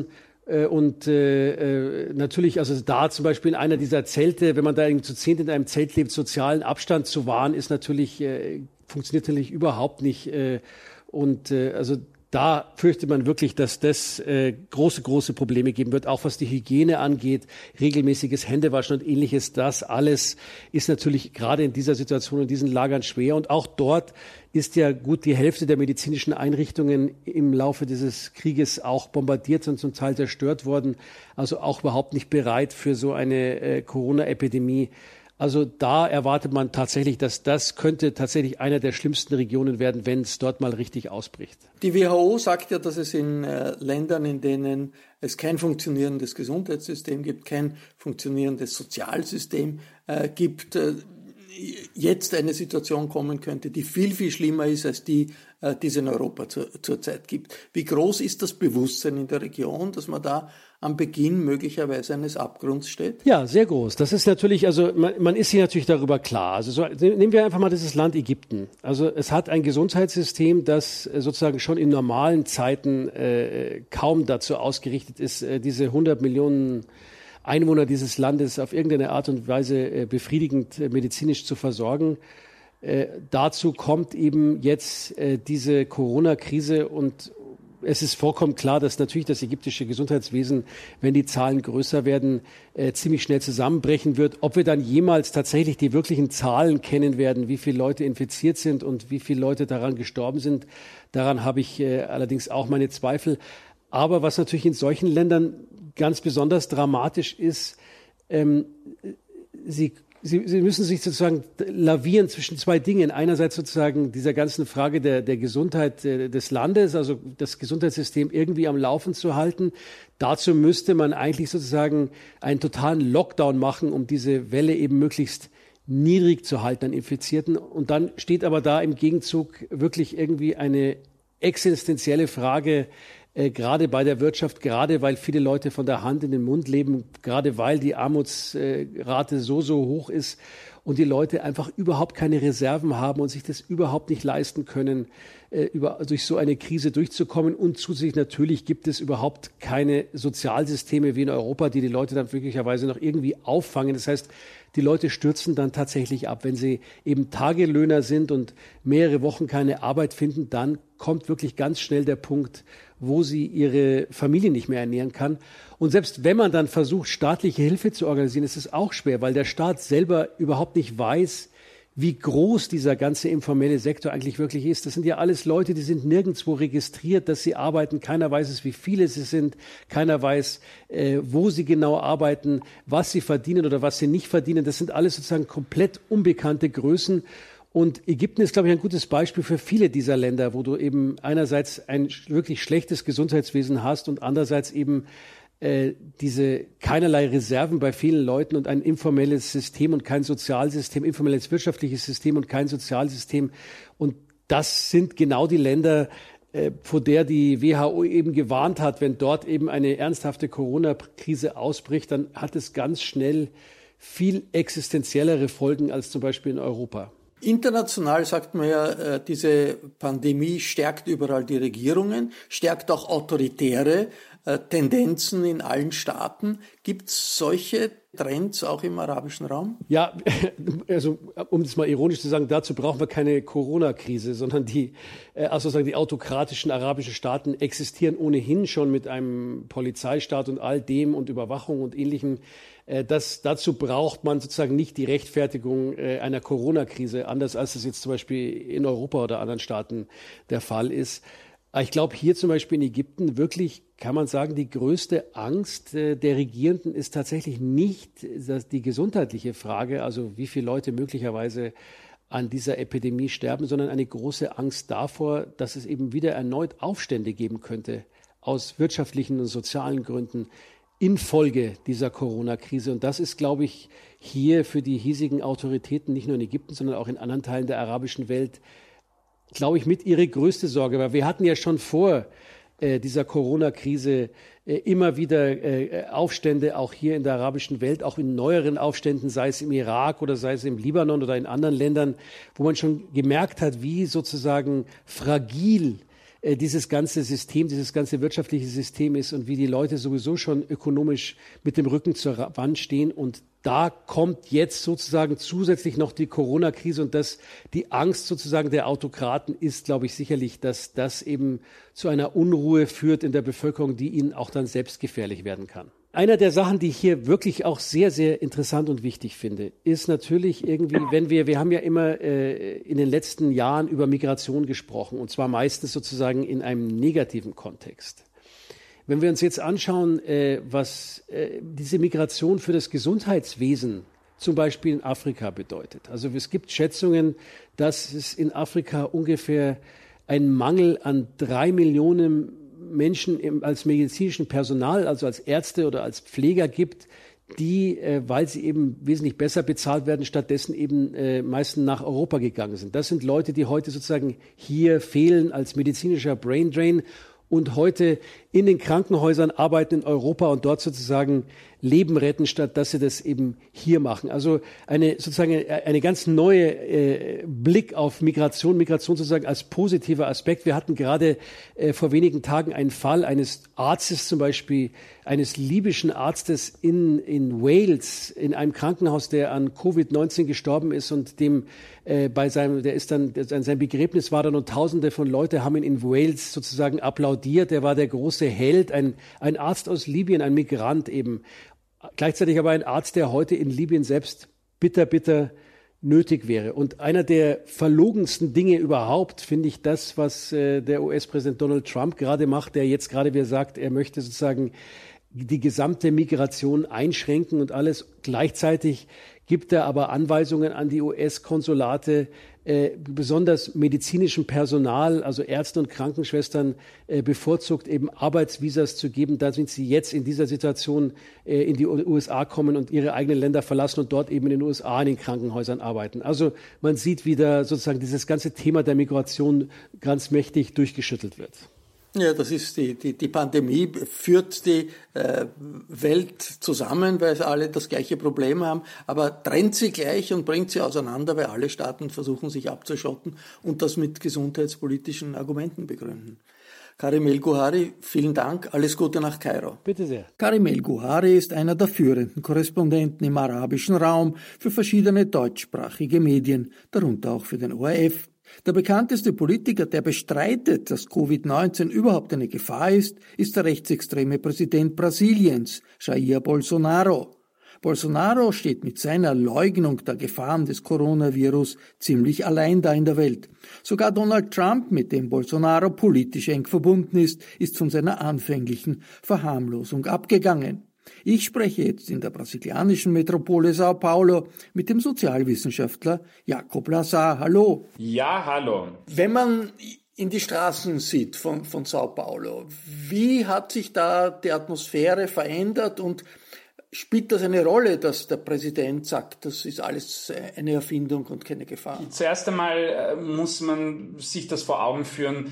Und äh, natürlich, also da zum Beispiel in einer dieser Zelte, wenn man da zu zehnt in einem Zelt lebt, sozialen Abstand zu wahren, ist natürlich, äh, funktioniert natürlich überhaupt nicht. Äh, und äh, also da fürchtet man wirklich, dass das äh, große, große Probleme geben wird, auch was die Hygiene angeht, regelmäßiges Händewaschen und ähnliches. Das alles ist natürlich gerade in dieser Situation, in diesen Lagern schwer. Und auch dort ist ja gut die Hälfte der medizinischen Einrichtungen im Laufe dieses Krieges auch bombardiert und zum Teil zerstört worden. Also auch überhaupt nicht bereit für so eine äh, Corona-Epidemie. Also da erwartet man tatsächlich, dass das könnte tatsächlich einer der schlimmsten Regionen werden, wenn es dort mal richtig ausbricht. Die W H O sagt ja, dass es in äh, Ländern, in denen es kein funktionierendes Gesundheitssystem gibt, kein funktionierendes Sozialsystem äh, gibt, äh, jetzt eine Situation kommen könnte, die viel, viel schlimmer ist als die, äh, die es in Europa zu, zurzeit gibt. Wie groß ist das Bewusstsein in der Region, dass man da am Beginn möglicherweise eines Abgrunds steht? Ja, sehr groß. Das ist natürlich, also man, man ist sich natürlich darüber klar. Also so, nehmen wir einfach mal dieses Land Ägypten. Also es hat ein Gesundheitssystem, das sozusagen schon in normalen Zeiten äh, kaum dazu ausgerichtet ist, äh, diese hundert Millionen Einwohner dieses Landes auf irgendeine Art und Weise äh, befriedigend äh, medizinisch zu versorgen. Äh, dazu kommt eben jetzt äh, diese Corona-Krise und es ist vollkommen klar, dass natürlich das ägyptische Gesundheitswesen, wenn die Zahlen größer werden, äh, ziemlich schnell zusammenbrechen wird. Ob wir dann jemals tatsächlich die wirklichen Zahlen kennen werden, wie viele Leute infiziert sind und wie viele Leute daran gestorben sind, daran habe ich äh, allerdings auch meine Zweifel. Aber was natürlich in solchen Ländern ganz besonders dramatisch ist, ähm, sie Sie, Sie müssen sich sozusagen lavieren zwischen zwei Dingen. Einerseits sozusagen dieser ganzen Frage der, der Gesundheit äh, des Landes, also das Gesundheitssystem irgendwie am Laufen zu halten. Dazu müsste man eigentlich sozusagen einen totalen Lockdown machen, um diese Welle eben möglichst niedrig zu halten an Infizierten. Und dann steht aber da im Gegenzug wirklich irgendwie eine existenzielle Frage äh, gerade bei der Wirtschaft, gerade weil viele Leute von der Hand in den Mund leben, gerade weil die Armutsrate so, so hoch ist und die Leute einfach überhaupt keine Reserven haben und sich das überhaupt nicht leisten können, äh, über, durch so eine Krise durchzukommen. Und zusätzlich natürlich gibt es überhaupt keine Sozialsysteme wie in Europa, die die Leute dann möglicherweise noch irgendwie auffangen. Das heißt, die Leute stürzen dann tatsächlich ab. Wenn sie eben Tagelöhner sind und mehrere Wochen keine Arbeit finden, dann kommt wirklich ganz schnell der Punkt, wo sie ihre Familie nicht mehr ernähren kann. Und selbst wenn man dann versucht, staatliche Hilfe zu organisieren, ist es auch schwer, weil der Staat selber überhaupt nicht weiß, wie groß dieser ganze informelle Sektor eigentlich wirklich ist. Das sind ja alles Leute, die sind nirgendwo registriert, dass sie arbeiten. Keiner weiß es, wie viele sie sind. Keiner weiß, äh, wo sie genau arbeiten, was sie verdienen oder was sie nicht verdienen. Das sind alles sozusagen komplett unbekannte Größen. Und Ägypten ist, glaube ich, ein gutes Beispiel für viele dieser Länder, wo du eben einerseits ein wirklich schlechtes Gesundheitswesen hast und andererseits eben äh, diese keinerlei Reserven bei vielen Leuten und ein informelles System und kein Sozialsystem, informelles wirtschaftliches System und kein Sozialsystem. Und das sind genau die Länder, äh, vor der die W H O eben gewarnt hat. Wenn dort eben eine ernsthafte Corona-Krise ausbricht, dann hat es ganz schnell viel existenziellere Folgen als zum Beispiel in Europa. International sagt man ja, diese Pandemie stärkt überall die Regierungen, stärkt auch autoritäre Tendenzen in allen Staaten. Gibt es solche Trends auch im arabischen Raum? Ja, also um das mal ironisch zu sagen, dazu brauchen wir keine Corona-Krise, sondern die, also sagen die autokratischen arabischen Staaten existieren ohnehin schon mit einem Polizeistaat und all dem und Überwachung und Ähnlichem. Das, dazu braucht man sozusagen nicht die Rechtfertigung einer Corona-Krise, anders als es jetzt zum Beispiel in Europa oder anderen Staaten der Fall ist. Ich glaube, hier zum Beispiel in Ägypten wirklich, kann man sagen, die größte Angst der Regierenden ist tatsächlich nicht die gesundheitliche Frage, also wie viele Leute möglicherweise an dieser Epidemie sterben, sondern eine große Angst davor, dass es eben wieder erneut Aufstände geben könnte aus wirtschaftlichen und sozialen Gründen infolge dieser Corona-Krise. Und das ist, glaube ich, hier für die hiesigen Autoritäten, nicht nur in Ägypten, sondern auch in anderen Teilen der arabischen Welt, glaube ich, mit ihre größte Sorge. Weil wir hatten ja schon vor äh, dieser Corona-Krise äh, immer wieder äh, Aufstände, auch hier in der arabischen Welt, auch in neueren Aufständen, sei es im Irak oder sei es im Libanon oder in anderen Ländern, wo man schon gemerkt hat, wie sozusagen fragil dieses ganze System, dieses ganze wirtschaftliche System ist und wie die Leute sowieso schon ökonomisch mit dem Rücken zur Wand stehen. Und da kommt jetzt sozusagen zusätzlich noch die Corona-Krise und das, die Angst sozusagen der Autokraten ist, glaube ich, sicherlich, dass das eben zu einer Unruhe führt in der Bevölkerung, die ihnen auch dann selbst gefährlich werden kann. Einer der Sachen, die ich hier wirklich auch sehr, sehr interessant und wichtig finde, ist natürlich irgendwie, wenn wir, wir haben ja immer äh, in den letzten Jahren über Migration gesprochen und zwar meistens sozusagen in einem negativen Kontext. Wenn wir uns jetzt anschauen, äh, was äh, diese Migration für das Gesundheitswesen zum Beispiel in Afrika bedeutet. Also es gibt Schätzungen, dass es in Afrika ungefähr einen Mangel an drei Millionen Menschen im, als medizinischen Personal, also als Ärzte oder als Pfleger gibt, die, äh, weil sie eben wesentlich besser bezahlt werden, stattdessen eben äh, meistens nach Europa gegangen sind. Das sind Leute, die heute sozusagen hier fehlen als medizinischer Braindrain und heute in den Krankenhäusern arbeiten in Europa und dort sozusagen Leben retten, statt dass sie das eben hier machen. Also eine sozusagen eine ganz neue äh, Blick auf Migration, Migration sozusagen als positiver Aspekt. Wir hatten gerade äh, vor wenigen Tagen einen Fall eines Arztes, zum Beispiel eines libyschen Arztes in in Wales, in einem Krankenhaus, der an Covid neunzehn gestorben ist und dem äh, bei seinem, der ist dann, sein Begräbnis war dann und Tausende von Leuten haben ihn in Wales sozusagen applaudiert. Der war der große Held, ein ein Arzt aus Libyen, ein Migrant eben. Gleichzeitig aber ein Arzt, der heute in Libyen selbst bitter, bitter nötig wäre. Und einer der verlogensten Dinge überhaupt finde ich das, was äh, der U S-Präsident Donald Trump gerade macht, der jetzt gerade wieder sagt, er möchte sozusagen die gesamte Migration einschränken und alles. Gleichzeitig gibt er aber Anweisungen an die U S-Konsulate, äh, besonders medizinischem Personal, also Ärzte und Krankenschwestern, äh, bevorzugt eben Arbeitsvisas zu geben, da sind sie jetzt in dieser Situation äh, in die U S A kommen und ihre eigenen Länder verlassen und dort eben in den U S A in den Krankenhäusern arbeiten. Also man sieht wieder sozusagen dieses ganze Thema der Migration ganz mächtig durchgeschüttelt wird. Ja, das ist die, die, die Pandemie führt die äh, Welt zusammen, weil alle das gleiche Problem haben, aber trennt sie gleich und bringt sie auseinander, weil alle Staaten versuchen, sich abzuschotten und das mit gesundheitspolitischen Argumenten begründen. Karim El-Gouhari, vielen Dank, alles Gute nach Kairo. Bitte sehr. Karim El-Gouhari ist einer der führenden Korrespondenten im arabischen Raum für verschiedene deutschsprachige Medien, darunter auch für den O R F. Der bekannteste Politiker, der bestreitet, dass Covid neunzehn überhaupt eine Gefahr ist, ist der rechtsextreme Präsident Brasiliens, Jair Bolsonaro. Bolsonaro steht mit seiner Leugnung der Gefahren des Coronavirus ziemlich allein da in der Welt. Sogar Donald Trump, mit dem Bolsonaro politisch eng verbunden ist, ist von seiner anfänglichen Verharmlosung abgegangen. Ich spreche jetzt in der brasilianischen Metropole Sao Paulo mit dem Sozialwissenschaftler Jacob Lazar. Hallo. Ja, hallo. Wenn man in die Straßen sieht von, von Sao Paulo, wie hat sich da die Atmosphäre verändert und spielt das eine Rolle, dass der Präsident sagt, das ist alles eine Erfindung und keine Gefahr? Zuerst einmal muss man sich das vor Augen führen,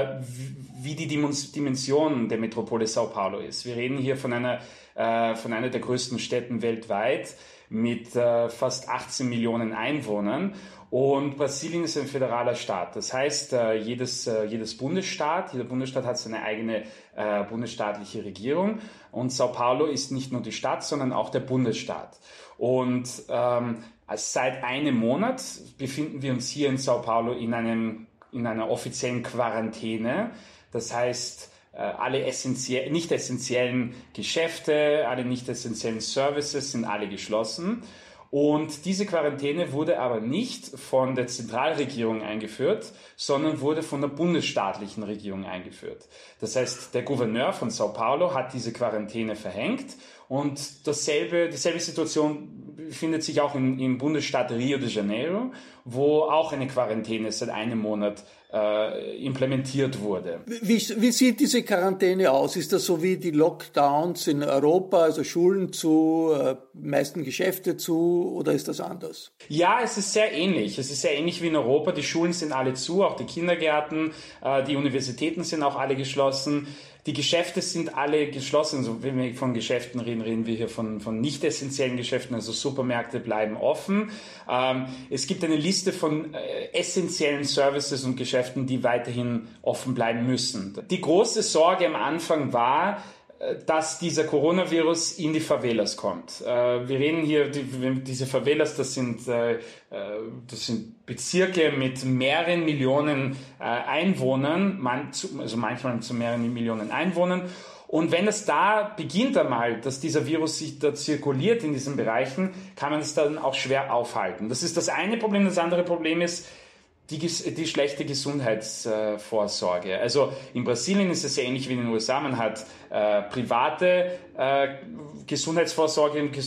wie die Dimension der Metropole Sao Paulo ist. Wir reden hier von einer, von einer der größten Städten weltweit mit fast achtzehn Millionen Einwohnern. Und Brasilien ist ein föderaler Staat. Das heißt, jedes, jedes Bundesstaat, jeder Bundesstaat hat seine eigene äh, bundesstaatliche Regierung. Und Sao Paulo ist nicht nur die Stadt, sondern auch der Bundesstaat. Und ähm, seit einem Monat befinden wir uns hier in Sao Paulo in, einem, in einer offiziellen Quarantäne. Das heißt, äh, alle essenzie- nicht essentiellen Geschäfte, alle nicht essentiellen Services sind alle geschlossen. Und diese Quarantäne wurde aber nicht von der Zentralregierung eingeführt, sondern wurde von der bundesstaatlichen Regierung eingeführt. Das heißt, der Gouverneur von Sao Paulo hat diese Quarantäne verhängt und dasselbe, dieselbe Situation befindet sich auch in, im Bundesstaat Rio de Janeiro, wo auch eine Quarantäne seit einem Monat äh, implementiert wurde. Wie, wie sieht diese Quarantäne aus? Ist das so wie die Lockdowns in Europa, also Schulen zu, äh, meisten Geschäfte zu, oder ist das anders? Ja, es ist sehr ähnlich. Es ist sehr ähnlich wie in Europa. Die Schulen sind alle zu, auch die Kindergärten, äh, die Universitäten sind auch alle geschlossen. Die Geschäfte sind alle geschlossen. Also wenn wir von Geschäften reden, reden wir hier von, von nicht essentiellen Geschäften, also Supermärkte bleiben offen. Ähm, es gibt eine Liste von äh, essentiellen Services und Geschäften, die weiterhin offen bleiben müssen. Die große Sorge am Anfang war, dass dieser Coronavirus in die Favelas kommt. Wir reden hier, diese Favelas, das sind, das sind Bezirke mit mehreren Millionen Einwohnern, also manchmal zu mehreren Millionen Einwohnern. Und wenn es da beginnt einmal, dass dieser Virus sich da zirkuliert in diesen Bereichen, kann man es dann auch schwer aufhalten. Das ist das eine Problem. Das andere Problem ist, Die, die schlechte Gesundheitsvorsorge. Äh, also in Brasilien ist es ja ähnlich wie in den U S A. Man hat äh, private äh, Gesundheitsvorsorge und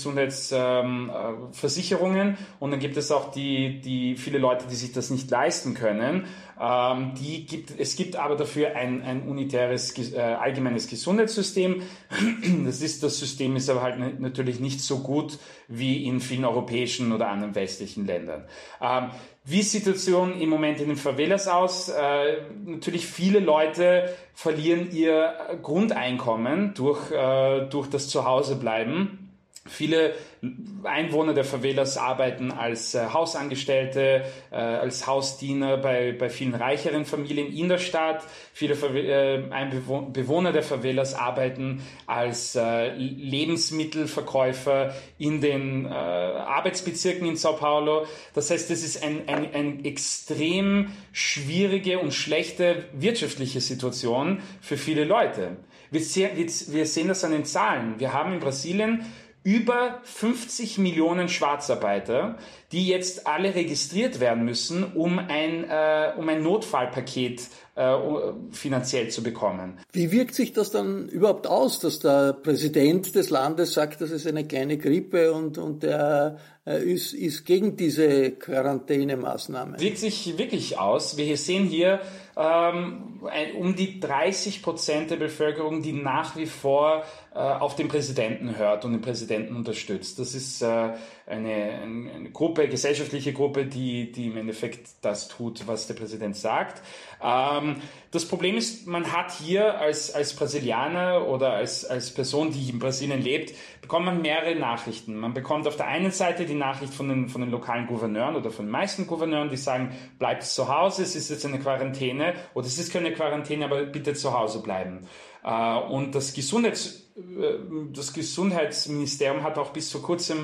Gesundheitsversicherungen ähm, äh, und dann gibt es auch die, die viele Leute, die sich das nicht leisten können. Ähm, die gibt, es gibt aber dafür ein, ein unitäres äh, allgemeines Gesundheitssystem. Das ist das System ist aber halt ne, natürlich nicht so gut wie in vielen europäischen oder anderen westlichen Ländern. Ähm, Wie ist die Situation im Moment in den Favelas aus? Äh, natürlich viele Leute verlieren ihr Grundeinkommen durch, äh, durch das Zuhausebleiben. Viele Einwohner der Favelas arbeiten als äh, Hausangestellte, äh, als Hausdiener bei, bei vielen reicheren Familien in der Stadt. Viele Favel- äh, Bewohner der Favelas arbeiten als äh, Lebensmittelverkäufer in den äh, Arbeitsbezirken in Sao Paulo. Das heißt, das ist ein, ein, ein extrem schwierige und schlechte wirtschaftliche Situation für viele Leute. Wir, se- wir sehen das an den Zahlen. Wir haben in Brasilien über fünfzig Millionen Schwarzarbeiter, die jetzt alle registriert werden müssen, um ein, äh, um ein Notfallpaket äh, finanziell zu bekommen. Wie wirkt sich das dann überhaupt aus, dass der Präsident des Landes sagt, das ist eine kleine Grippe und, und er äh, ist, ist gegen diese Quarantänemaßnahmen? Wirkt sich wirklich aus. Wir sehen hier ähm, ein, um die dreißig Prozent der Bevölkerung, die nach wie vor äh, auf den Präsidenten hört und den Präsidenten unterstützt. Das ist äh, eine, eine, eine Gruppe, gesellschaftliche Gruppe, die, die im Endeffekt das tut, was der Präsident sagt. Ähm, Ähm, das Problem ist, man hat hier als, als Brasilianer oder als, als Person, die in Brasilien lebt, bekommt man mehrere Nachrichten. Man bekommt auf der einen Seite die Nachricht von den, von den lokalen Gouverneuren oder von den meisten Gouverneuren, die sagen, bleibt zu Hause, es ist jetzt eine Quarantäne oder es ist keine Quarantäne, aber bitte zu Hause bleiben. Äh, und das Gesundheits, äh, das Gesundheitsministerium hat auch bis vor kurzem,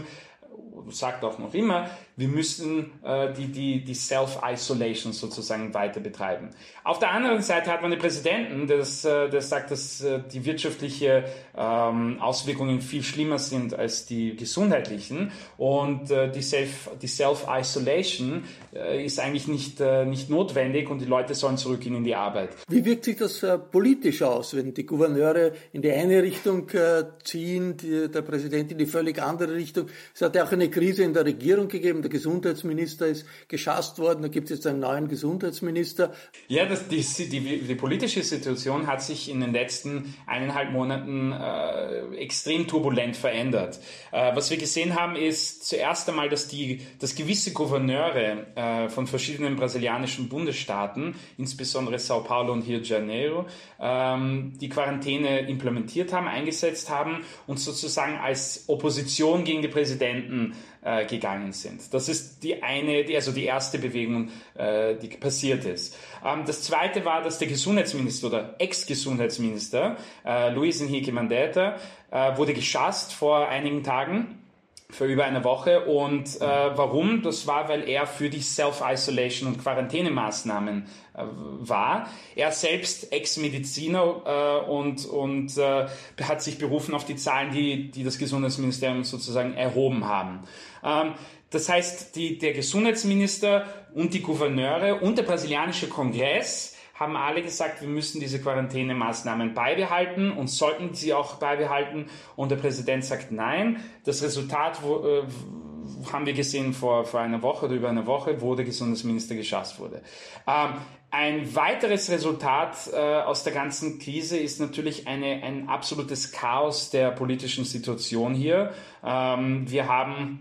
sagt auch noch immer, wir müssen äh, die, die, die Self-Isolation sozusagen weiter betreiben. Auf der anderen Seite hat man den Präsidenten, der, das, äh, der sagt, dass äh, die wirtschaftlichen ähm, Auswirkungen viel schlimmer sind als die gesundheitlichen und äh, die, Self, die Self-Isolation äh, ist eigentlich nicht, äh, nicht notwendig und die Leute sollen zurückgehen in die Arbeit. Wie wirkt sich das äh, politisch aus, wenn die Gouverneure in die eine Richtung äh, ziehen, die, der Präsident in die völlig andere Richtung? Es hat ja auch eine Krise in der Regierung gegeben. Der Gesundheitsminister ist geschasst worden. Da gibt es jetzt einen neuen Gesundheitsminister. Ja, das, die, die, die politische Situation hat sich in den letzten eineinhalb Monaten äh, extrem turbulent verändert. Äh, was wir gesehen haben, ist zuerst einmal, dass, die, dass gewisse Gouverneure äh, von verschiedenen brasilianischen Bundesstaaten, insbesondere Sao Paulo und Rio de Janeiro, ähm, die Quarantäne implementiert haben, eingesetzt haben und sozusagen als Opposition gegen die Präsidenten äh, gegangen sind. Das ist die eine, die, also die erste Bewegung, äh, die passiert ist. Ähm, das zweite war, dass der Gesundheitsminister oder Ex-Gesundheitsminister äh, Luiz Henrique Mandetta äh, wurde geschasst vor einigen Tagen. Für über eine Woche. Und äh, warum? Das war, weil er für die Self-Isolation und Quarantänemaßnahmen äh, war. Er selbst Ex-Mediziner äh, und, und äh, hat sich berufen auf die Zahlen, die, die das Gesundheitsministerium sozusagen erhoben haben. Ähm, das heißt, die, der Gesundheitsminister und die Gouverneure und der brasilianische Kongress haben alle gesagt, wir müssen diese Quarantänemaßnahmen beibehalten und sollten sie auch beibehalten. Und der Präsident sagt nein. Das Resultat wo, äh, haben wir gesehen vor, vor einer Woche oder über eine Woche, wo der Gesundheitsminister geschasst wurde. Ähm, ein weiteres Resultat äh, aus der ganzen Krise ist natürlich eine, ein absolutes Chaos der politischen Situation hier. Ähm, wir haben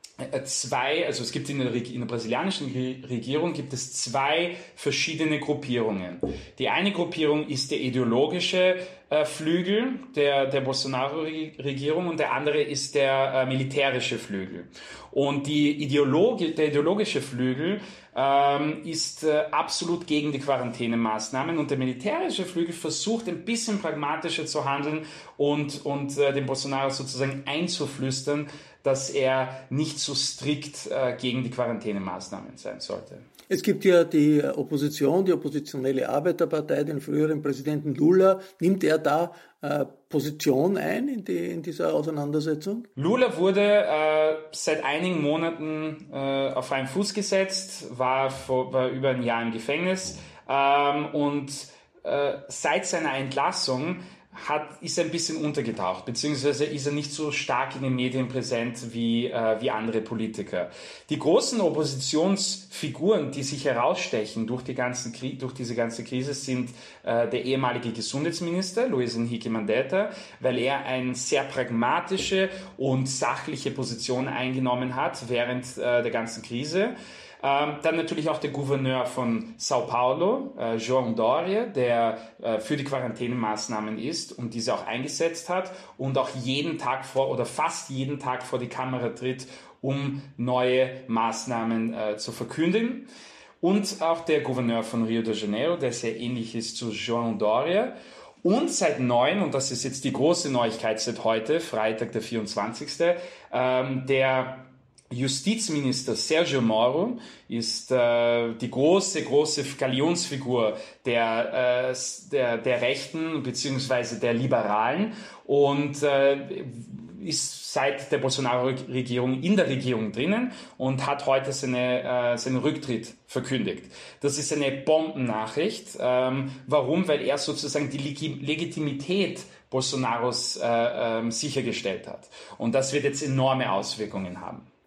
zwei, also es gibt in der, in der brasilianischen Regierung gibt es zwei verschiedene Gruppierungen. Die eine Gruppierung ist der ideologische äh, Flügel der, der Bolsonaro-Regierung und der andere ist der äh, militärische Flügel. Und die Ideologie, der ideologische Flügel ähm, ist äh, absolut gegen die Quarantänemaßnahmen und der militärische Flügel versucht ein bisschen pragmatischer zu handeln und, und äh, dem Bolsonaro sozusagen einzuflüstern, dass er nicht so strikt äh, gegen die Quarantänemaßnahmen sein sollte. Es gibt ja die Opposition, die oppositionelle Arbeiterpartei, den früheren Präsidenten Lula. Nimmt er da äh, Position ein in, die, in dieser Auseinandersetzung? Lula wurde äh, seit einigen Monaten äh, auf einen Fuß gesetzt, war, vor, war über ein Jahr im Gefängnis ähm, und äh, seit seiner Entlassung Hat, ist er ein bisschen untergetaucht, beziehungsweise ist er nicht so stark in den Medien präsent wie, äh, wie andere Politiker. Die großen Oppositionsfiguren, die sich herausstechen durch, die ganzen, durch diese ganze Krise, sind äh, der ehemalige Gesundheitsminister Luiz Henrique Mandetta, weil er eine sehr pragmatische und sachliche Position eingenommen hat während äh, der ganzen Krise. Ähm, dann natürlich auch der Gouverneur von Sao Paulo, äh, João Doria, der äh, für die Quarantänemaßnahmen ist und diese auch eingesetzt hat und auch jeden Tag vor oder fast jeden Tag vor die Kamera tritt, um neue Maßnahmen äh, zu verkünden. Und auch der Gouverneur von Rio de Janeiro, der sehr ähnlich ist zu João Doria. Und seit neun, und das ist jetzt die große Neuigkeit seit heute, Freitag der vierundzwanzigste, ähm, der Justizminister Sergio Moro ist äh, die große, große Galionsfigur der, äh, der, der Rechten bzw. der Liberalen und äh, ist seit der Bolsonaro-Regierung in der Regierung drinnen und hat heute seine, äh, seinen Rücktritt verkündigt. Das ist eine Bombennachricht. Ähm, warum? Weil er sozusagen die Leg- Legitimität Bolsonaros äh, äh, sichergestellt hat. Und das wird jetzt enorme Auswirkungen haben.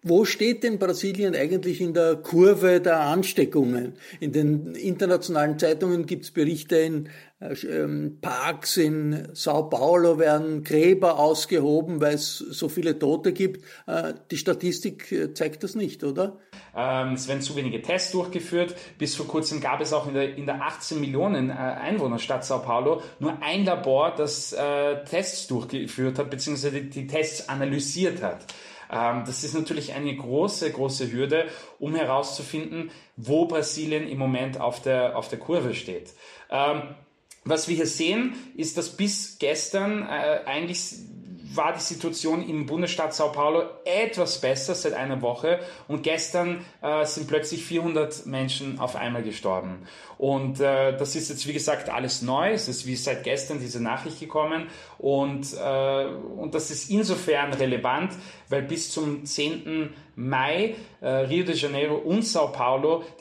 Wo steht denn Brasilien eigentlich in der Kurve der Ansteckungen? In den internationalen Zeitungen gibt es Berichte, in äh, Parks in Sao Paulo werden Gräber ausgehoben, weil es so viele Tote gibt. Äh, die Statistik zeigt das nicht, oder? Ähm, es werden zu wenige Tests durchgeführt. Bis vor kurzem gab es auch in der, in der achtzehn Millionen äh, Einwohnerstadt Sao Paulo nur ein Labor, das äh, Tests durchgeführt hat, beziehungsweise die, die Tests analysiert hat. Das ist natürlich eine große, große Hürde, um herauszufinden, wo Brasilien im Moment auf der, auf der Kurve steht. Was wir hier sehen, ist, dass bis gestern eigentlich war die Situation im Bundesstaat Sao Paulo etwas besser seit einer Woche und gestern äh, sind plötzlich vierhundert Menschen auf einmal gestorben. Und äh, das ist jetzt, wie gesagt, alles neu. Es ist wie seit gestern diese Nachricht gekommen und, äh, und das ist insofern relevant, weil bis zum zehnten Mai äh, Rio de Janeiro und Sao Paulo die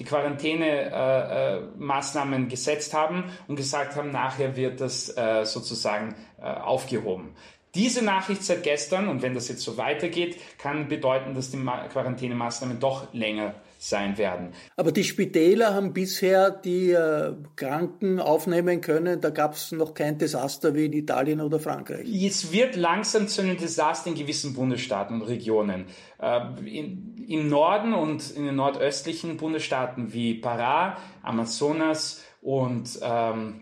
Quarantänemaßnahmen äh, äh, gesetzt haben und gesagt haben, nachher wird das äh, sozusagen äh, aufgehoben. Diese Nachricht seit gestern, und wenn das jetzt so weitergeht, kann bedeuten, dass die Quarantänemaßnahmen doch länger sein werden. Aber die Spitäler haben bisher die äh, Kranken aufnehmen können. Da gab es noch kein Desaster wie in Italien oder Frankreich. Es wird langsam zu einem Desaster in gewissen Bundesstaaten und Regionen. Äh, in, Im Norden und in den nordöstlichen Bundesstaaten wie Pará, Amazonas und ähm,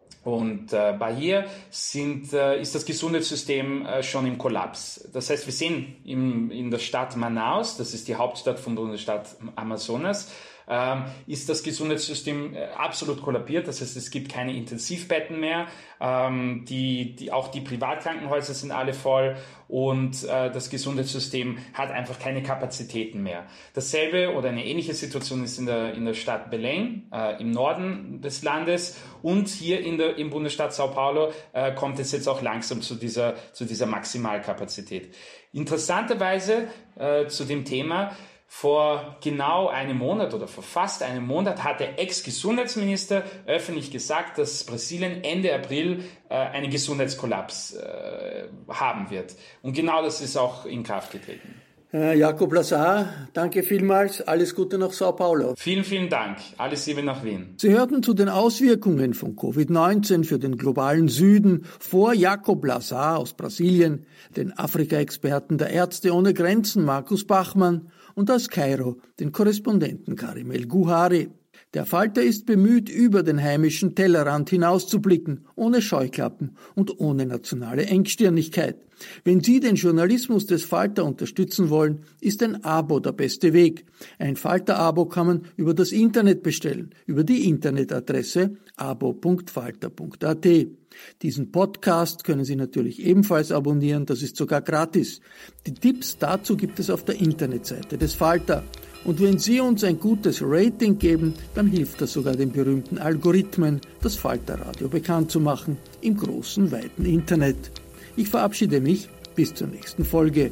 Und äh, Bahia sind, äh, ist das Gesundheitssystem äh, schon im Kollaps. Das heißt, wir sehen im, in der Stadt Manaus, das ist die Hauptstadt vom Bundesstaat Amazonas, ähm, ist das Gesundheitssystem äh, absolut kollabiert. Das heißt, es gibt keine Intensivbetten mehr. Ähm, die, die, auch die Privatkrankenhäuser sind alle voll und äh, das Gesundheitssystem hat einfach keine Kapazitäten mehr. Dasselbe oder eine ähnliche Situation ist in der, in der Stadt Belém, äh, im Norden des Landes, und hier in der, im Bundesstaat Sao Paulo äh, kommt es jetzt auch langsam zu dieser, zu dieser Maximalkapazität. Interessanterweise äh, zu dem Thema: Vor genau einem Monat oder vor fast einem Monat hat der Ex-Gesundheitsminister öffentlich gesagt, dass Brasilien Ende April äh, einen Gesundheitskollaps äh, haben wird. Und genau das ist auch in Kraft getreten. Herr Jakob Lazar, danke vielmals. Alles Gute nach Sao Paulo. Vielen, vielen Dank. Alles Liebe nach Wien. Sie hörten zu den Auswirkungen von Covid neunzehn für den globalen Süden vor Jakob Lazar aus Brasilien, den Afrika-Experten der Ärzte ohne Grenzen Markus Bachmann und aus Kairo den Korrespondenten Karim El-Guhari. Der Falter ist bemüht, über den heimischen Tellerrand hinauszublicken, ohne Scheuklappen und ohne nationale Engstirnigkeit. Wenn Sie den Journalismus des Falter unterstützen wollen, ist ein Abo der beste Weg. Ein Falter-Abo kann man über das Internet bestellen, über die Internetadresse abo punkt falter punkt at. Diesen Podcast können Sie natürlich ebenfalls abonnieren, das ist sogar gratis. Die Tipps dazu gibt es auf der Internetseite des Falter. Und wenn Sie uns ein gutes Rating geben, dann hilft das sogar den berühmten Algorithmen, das Falterradio bekannt zu machen im großen, weiten Internet. Ich verabschiede mich, bis zur nächsten Folge.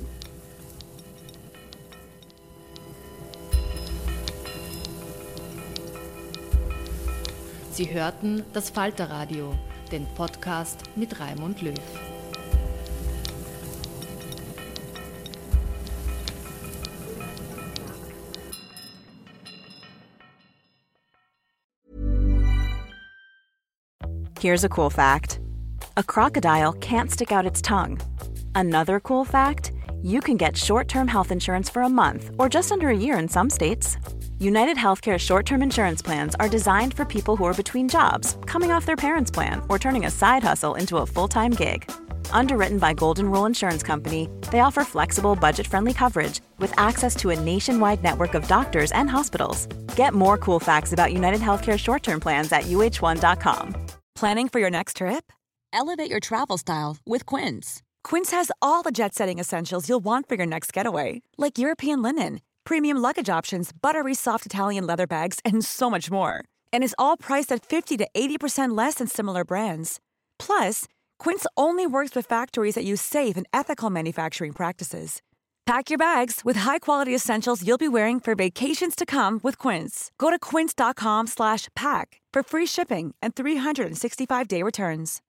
Sie hörten das Falterradio, den Podcast mit Raimund Löw. Here's a cool fact. A crocodile can't stick out its tongue. Another cool fact, you can get short-term health insurance for a month or just under a year in some states. United Healthcare short-term insurance plans are designed for people who are between jobs, coming off their parents' plan, or turning a side hustle into a full-time gig. Underwritten by Golden Rule Insurance Company, they offer flexible, budget-friendly coverage with access to a nationwide network of doctors and hospitals. Get more cool facts about United Healthcare short-term plans at U H one dot com. Planning for your next trip? Elevate your travel style with Quince. Quince has all the jet-setting essentials you'll want for your next getaway, like European linen, premium luggage options, buttery soft Italian leather bags, and so much more. And is all priced at fifty to eighty percent less than similar brands. Plus, Quince only works with factories that use safe and ethical manufacturing practices. Pack your bags with high-quality essentials you'll be wearing for vacations to come with Quince. Go to quince dot com slash pack for free shipping and three sixty-five day returns.